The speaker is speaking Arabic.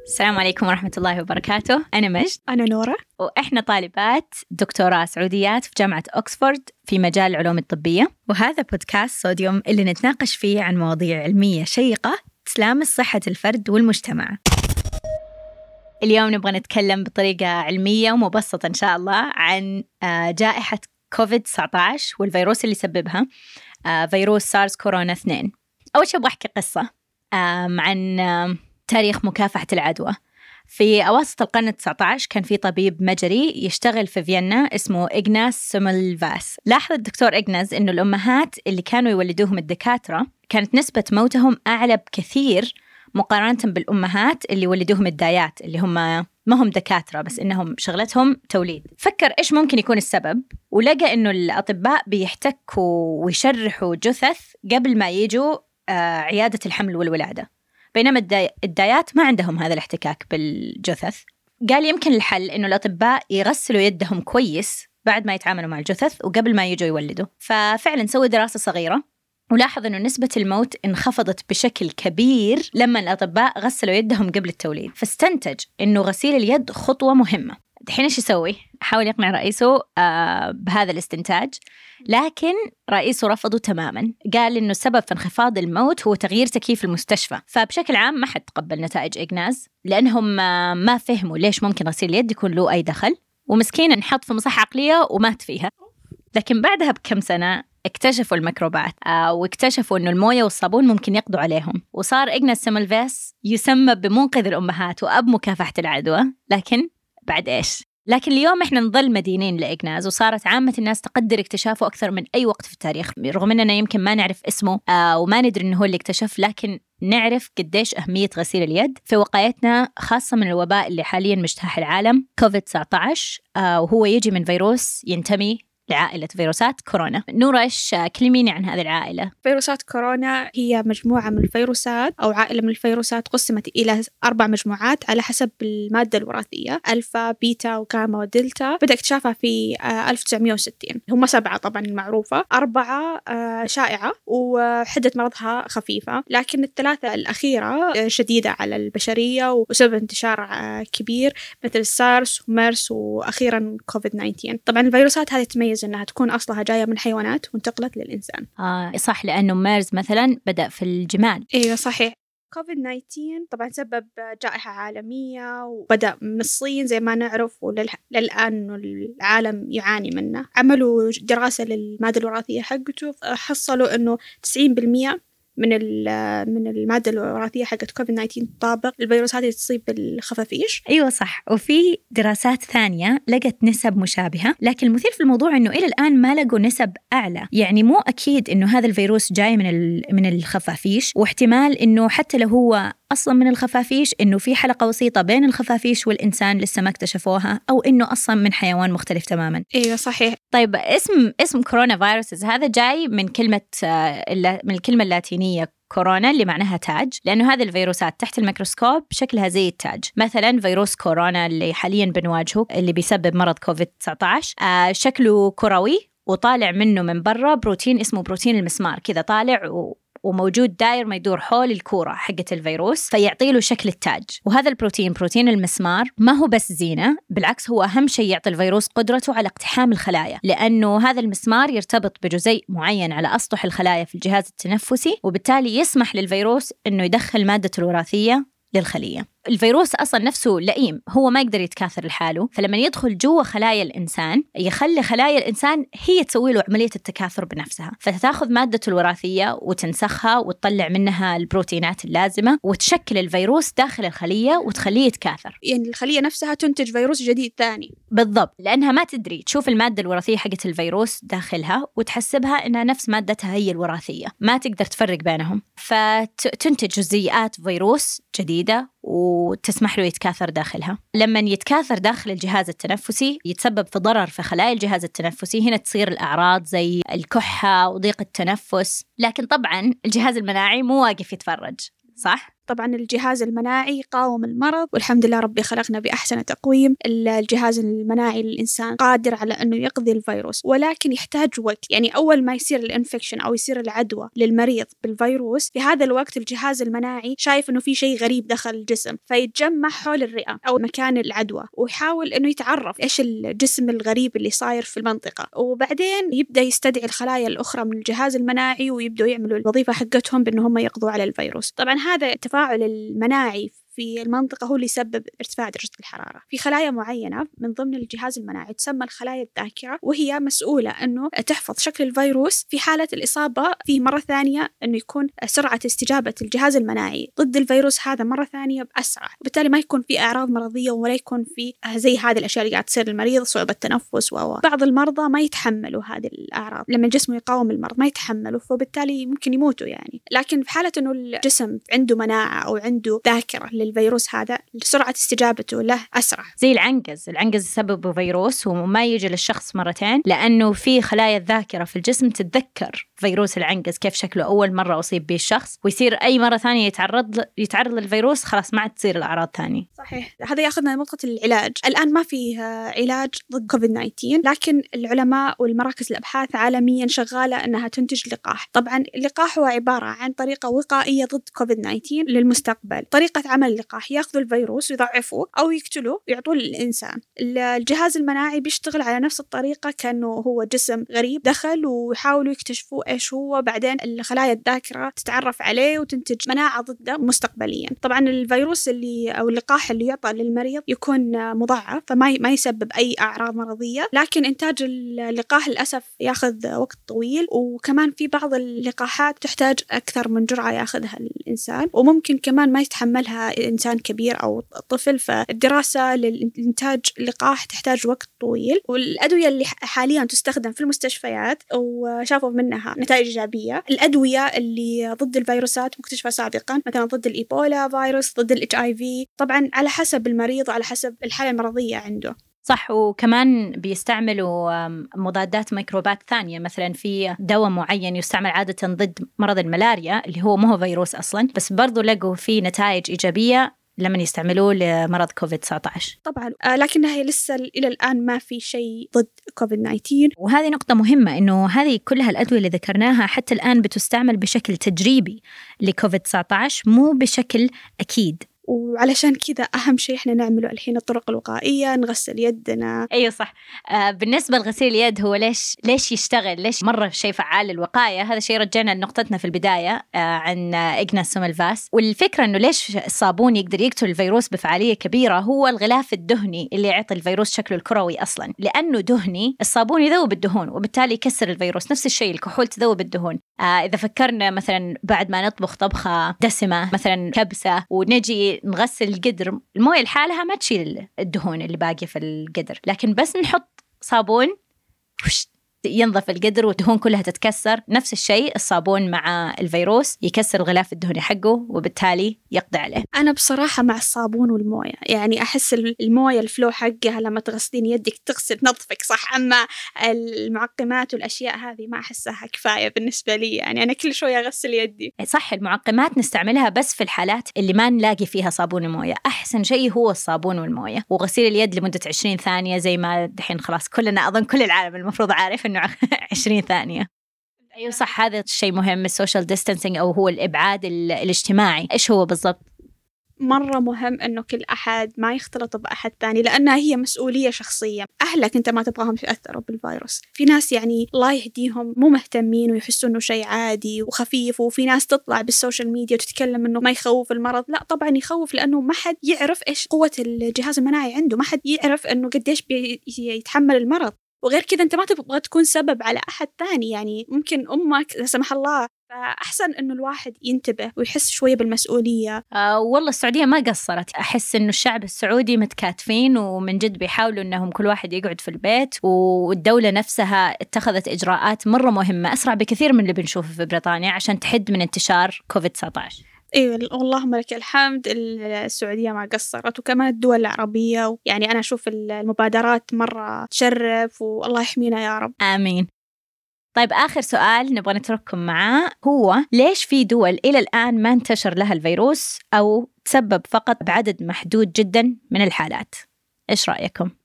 السلام عليكم ورحمة الله وبركاته. أنا مجد. أنا نورة. وإحنا طالبات دكتوراه سعوديات في جامعة أكسفورد في مجال العلوم الطبية، وهذا بودكاست صوديوم اللي نتناقش فيه عن مواضيع علمية شيقة تلامس صحة الفرد والمجتمع. اليوم نبغى نتكلم بطريقة علمية ومبسطة إن شاء الله عن جائحة كوفيد-19 والفيروس اللي يسببها، فيروس سارس كورونا 2. أول شيء أبغى أحكي قصة عن تاريخ مكافحة العدوى. في أواسط القرن ال19 كان في طبيب مجري يشتغل في فيينا اسمه إغناس سوملفاس. لاحظ الدكتور إغناس إنه الأمهات اللي كانوا يولدوهم الدكاترة كانت نسبة موتهم أعلى بكثير مقارنة بالأمهات اللي ولدوهم الدايات، اللي هم ما هم دكاترة بس إنهم شغلتهم توليد. فكر إيش ممكن يكون السبب، ولقى إنه الأطباء بيحتكوا ويشرحوا جثث قبل ما يجوا عيادة الحمل والولادة، بينما الدايات ما عندهم هذا الاحتكاك بالجثث. قال يمكن الحل إنه الأطباء يغسلوا يدهم كويس بعد ما يتعاملوا مع الجثث وقبل ما يجوا يولدوا. ففعلا سوى دراسة صغيرة ولاحظ إنه نسبة الموت انخفضت بشكل كبير لما الأطباء غسلوا يدهم قبل التوليد، فاستنتج إنه غسيل اليد خطوة مهمة. دحين إيش يسوي؟ حاول يقنع رئيسه بهذا الاستنتاج، لكن رئيسه رفضه تماماً. قال إنه السبب في انخفاض الموت هو تغيير تكييف المستشفى. فبشكل عام ما حد تقبل نتائج إغناس لأنهم ما فهموا ليش ممكن غسيل اليد يكون له أي دخل، ومسكين انحط في مصحة عقلية ومات فيها. لكن بعدها بكم سنة اكتشفوا الميكروبات واكتشفوا إنه الموية والصابون ممكن يقضوا عليهم، وصار إغناس سوملفاس يسمى بمنقذ الأمهات وأب مكافحة العدوى. لكن بعد إيش؟ لكن اليوم إحنا نظل مدينين لإغناس، وصارت عامة الناس تقدر اكتشافه أكثر من أي وقت في التاريخ، رغم أننا يمكن ما نعرف اسمه وما ندري إنه هو اللي اكتشف، لكن نعرف قديش أهمية غسيل اليد في وقايتنا، خاصة من الوباء اللي حاليا مجتاح العالم كوفيد-19، وهو يجي من فيروس ينتمي لعائلة فيروسات كورونا. نورة، إيش كلميني عن هذه العائلة؟ فيروسات كورونا هي مجموعة من الفيروسات أو عائلة من الفيروسات قسمت إلى 4 مجموعات على حسب المادة الوراثية: ألفا، بيتا، وغاما، ودلتا. بدأ اكتشافها في 1960. هم 7 طبعا المعروفة، 4 شائعة وحدة مرضها خفيفة، لكن ال3 الأخيرة شديدة على البشرية وسبب انتشار كبير، مثل السارس وميرس وأخيرا كوفيد-19. طبعا الفيروسات هذه تميز أنها تكون أصلها جاية من حيوانات وانتقلت للإنسان. صح، لأنه ميرز مثلا بدأ في الجمال. إيه صحيح. كوفيد-19 طبعا سبب جائحة عالمية وبدأ من الصين زي ما نعرف، وللآن العالم يعاني منه. عملوا دراسة للمادة الوراثية حقته، حصلوا أنه 90% من المادة الوراثية حقت كوفيد-19 تطابق الفيروسات اللي تصيب بالخفافيش. أيوة صح. وفي دراسات ثانية لقت نسب مشابهة، لكن المثير في الموضوع إنه إلى الآن ما لقوا نسب أعلى. يعني مو أكيد إنه هذا الفيروس جاي من الخفافيش، واحتمال إنه حتى لو هو أصلاً من الخفافيش إنه في حلقة وسيطة بين الخفافيش والإنسان لسه ما اكتشفوها، أو إنه أصلاً من حيوان مختلف تماماً. أيوة صحيح. طيب اسم كورونا فيروسز هذا جاي من الكلمة اللاتينية كورونا اللي معناها تاج، لأنه هذه الفيروسات تحت الميكروسكوب شكلها زي التاج. مثلا فيروس كورونا اللي حاليا بنواجهه اللي بيسبب مرض كوفيد-19 شكله كروي وطالع منه من برا بروتين اسمه بروتين المسمار، كذا طالع وموجود داير ما يدور حول الكورة حقة الفيروس، فيعطي له شكل التاج. وهذا بروتين المسمار ما هو بس زينة، بالعكس هو أهم شيء يعطي الفيروس قدرته على اقتحام الخلايا، لأنه هذا المسمار يرتبط بجزيء معين على أسطح الخلايا في الجهاز التنفسي، وبالتالي يسمح للفيروس أنه يدخل مادة الوراثية للخلية. الفيروس أصلا نفسه لئيم، هو ما يقدر يتكاثر لحاله، فلما يدخل جوا خلايا الإنسان يخلي خلايا الإنسان هي تسوي له عملية التكاثر بنفسها، فتاخذ مادة الوراثية وتنسخها وتطلع منها البروتينات اللازمة وتشكل الفيروس داخل الخلية وتخليه يتكاثر. يعني الخلية نفسها تنتج فيروس جديد ثاني. بالضبط، لأنها ما تدري، تشوف المادة الوراثية حقت الفيروس داخلها وتحسبها إنها نفس مادتها هي الوراثية، ما تقدر تفرق بينهم، فتنتج جزيئات فيروس جديدة وتسمح له يتكاثر داخلها. لما يتكاثر داخل الجهاز التنفسي يتسبب في ضرر في خلايا الجهاز التنفسي، هنا تصير الأعراض زي الكحة وضيق التنفس. لكن طبعا الجهاز المناعي مو واقف يتفرج، صح؟ طبعا الجهاز المناعي يقاوم المرض، والحمد لله ربي خلقنا بأحسن تقويم. الجهاز المناعي للإنسان قادر على أنه يقضي الفيروس، ولكن يحتاج وقت. يعني أول ما يصير الانفكشن أو يصير العدوى للمريض بالفيروس، في هذا الوقت الجهاز المناعي شايف أنه في شيء غريب دخل الجسم، فيتجمع حول الرئة أو مكان العدوى ويحاول أنه يتعرف إيش الجسم الغريب اللي صاير في المنطقة، وبعدين يبدأ يستدعي الخلايا الأخرى من الجهاز المناعي ويبدأوا يعملوا الوظيفة حقتهم بأنه هم يقضوا على الفيروس. طبعا هذا التفاعل المناعي في المنطقة هو اللي يسبب ارتفاع درجة الحرارة. في خلايا معينة من ضمن الجهاز المناعي تسمى الخلايا الذاكرة، وهي مسؤولة أنه تحفظ شكل الفيروس في حالة الإصابة فيه مرة ثانية، أنه يكون سرعة استجابة الجهاز المناعي ضد الفيروس هذا مرة ثانية بأسرع، وبالتالي ما يكون في أعراض مرضية ولا يكون في زي هذه الأشياء اللي قاعد تصير للمريض، صعوبة تنفس بعض المرضى ما يتحملوا هذه الأعراض لما الجسم يقاوم المرض ما يتحملوا، فبالتالي ممكن يموتوا يعني. لكن في حالة أنه الجسم عنده مناعة أو عنده ذاكرة للفيروس هذا، سرعة استجابته له أسرع. زي العنقز سببه فيروس وما يجي للشخص مرتين، لأنه في خلايا الذاكرة في الجسم تتذكر فيروس العنقز كيف شكله أول مرة أصيب به الشخص، ويصير أي مرة ثانية يتعرض للفيروس خلاص ما عاد تصير الأعراض ثانية. صحيح. هذا يأخذنا لنقطة العلاج. الآن ما فيه علاج ضد كوفيد-19، لكن العلماء والمراكز الأبحاث عالميا شغالة أنها تنتج لقاح. طبعا اللقاح هو عبارة عن طريقة وقائية ضد كوفيد-19 للمستقبل. طريقة عمل اللقاح يأخذوا الفيروس ويضعفوه أو يقتلوه ويعطوه للإنسان. الجهاز المناعي بيشتغل على نفس الطريقة، كأنه هو جسم غريب دخل ويحاولوا يكتشفوا إيش هو، بعدين الخلايا الذاكرة تتعرف عليه وتنتج مناعة ضده مستقبليا. طبعا الفيروس أو اللقاح اللي يعطى للمريض يكون مضاعف، فما يسبب أي أعراض مرضية، لكن إنتاج اللقاح للأسف يأخذ وقت طويل، وكمان في بعض اللقاحات تحتاج أكثر من جرعة يأخذها الإنسان، وممكن كمان ما يتحملها إنسان كبير أو طفل. فالدراسة للإنتاج اللقاح تحتاج وقت طويل، والأدوية اللي حاليا تستخدم في المستشفيات وشافوا منها نتائج إيجابية، الأدوية اللي ضد الفيروسات مكتشفة سابقا، مثلا ضد الإيبولا فيروس، ضد الHIV، طبعا على حسب المريض وعلى حسب الحالة المرضية عنده. صح. وكمان بيستعملوا مضادات ميكروبات ثانية، مثلا في دواء معين يستعمل عادة ضد مرض الملاريا اللي هو مو فيروس أصلا، بس برضو لقوا فيه نتائج إيجابية لما يستعملوه لمرض كوفيد-19. طبعا لكنها لسه إلى الآن ما في شيء ضد كوفيد-19. وهذه نقطة مهمة، إنه هذه كلها الأدوية اللي ذكرناها حتى الآن بتستعمل بشكل تجريبي لكوفيد-19، مو بشكل أكيد. وعلشان كذا أهم شيء إحنا نعمله الحين الطرق الوقائية، نغسل يدنا. أيوة صح. بالنسبة لغسيل اليد، هو ليش يشتغل؟ ليش مرة شيء فعال للوقاية؟ هذا شيء رجعنا لنقطتنا في البداية عن إغناس سوملفاس. والفكرة إنه ليش الصابون يقدر يقتل الفيروس بفعالية كبيرة، هو الغلاف الدهني اللي يعطي الفيروس شكله الكروي أصلا. لأنه دهني، الصابون يذوب الدهون وبالتالي يكسر الفيروس. نفس الشيء الكحول تذوب الدهون. إذا فكرنا مثلا بعد ما نطبخ طبخة دسمة، مثلا كبسة، ونجي نغسل القدر، الموية لحالها ما تشيل الدهون اللي باقية في القدر، لكن بس نحط صابون ينظف القدر والدهون كلها تتكسر. نفس الشيء الصابون مع الفيروس يكسر الغلاف الدهني حقه وبالتالي يقضي عليه. أنا بصراحة مع الصابون والموية، يعني أحس الموية الفلو حقها لما تغسلين يدك تغسل تنظفك صح، أما المعقمات والأشياء هذه ما أحسها كفاية بالنسبة لي. يعني أنا كل شوية أغسل يدي. صح، المعقمات نستعملها بس في الحالات اللي ما نلاقي فيها صابون وموية. أحسن شيء هو الصابون والموية، وغسيل اليد لمدة 20 ثانية زي ما دحين خلاص كلنا، أظن كل العالم المفروض عارف إنه 20 ثانية. أيوة صح، هذا الشيء مهم. السوشيال ديستانسينج أو هو الإبعاد الاجتماعي، إيش هو بالضبط؟ مرة مهم إنه كل أحد ما يختلط بأحد ثاني، لأنها هي مسؤولية شخصية. أهلك أنت ما تبغاهم يتأثروا بالفيروس. في ناس يعني الله يهديهم مو مهتمين ويحسوا إنه شيء عادي وخفيف، وفي ناس تطلع بالسوشيال ميديا وتتكلم إنه ما يخوف المرض. لا طبعا يخوف، لأنه ما حد يعرف إيش قوة الجهاز المناعي عنده، ما حد يعرف إنه قديش بيتحمل المرض. وغير كذا أنت ما تبغى تكون سبب على أحد ثاني، يعني ممكن أمك لا سمح الله. فأحسن إنه الواحد ينتبه ويحس شوية بالمسؤولية. والله السعودية ما قصرت. أحس إنه الشعب السعودي متكاتفين ومن جد بيحاولوا إنهم كل واحد يقعد في البيت، والدولة نفسها اتخذت إجراءات مرة مهمة، أسرع بكثير من اللي بنشوفه في بريطانيا، عشان تحد من انتشار كوفيد-19. ايوه اللهم لك الحمد، السعودية ما قصرت، وكمان الدول العربية. يعني أنا أشوف المبادرات مرة تشرف، والله يحمينا يا رب. آمين. طيب آخر سؤال نبغى نترككم معاه هو ليش في دول إلى الآن ما انتشر لها الفيروس أو تسبب فقط بعدد محدود جدا من الحالات؟ إيش رأيكم؟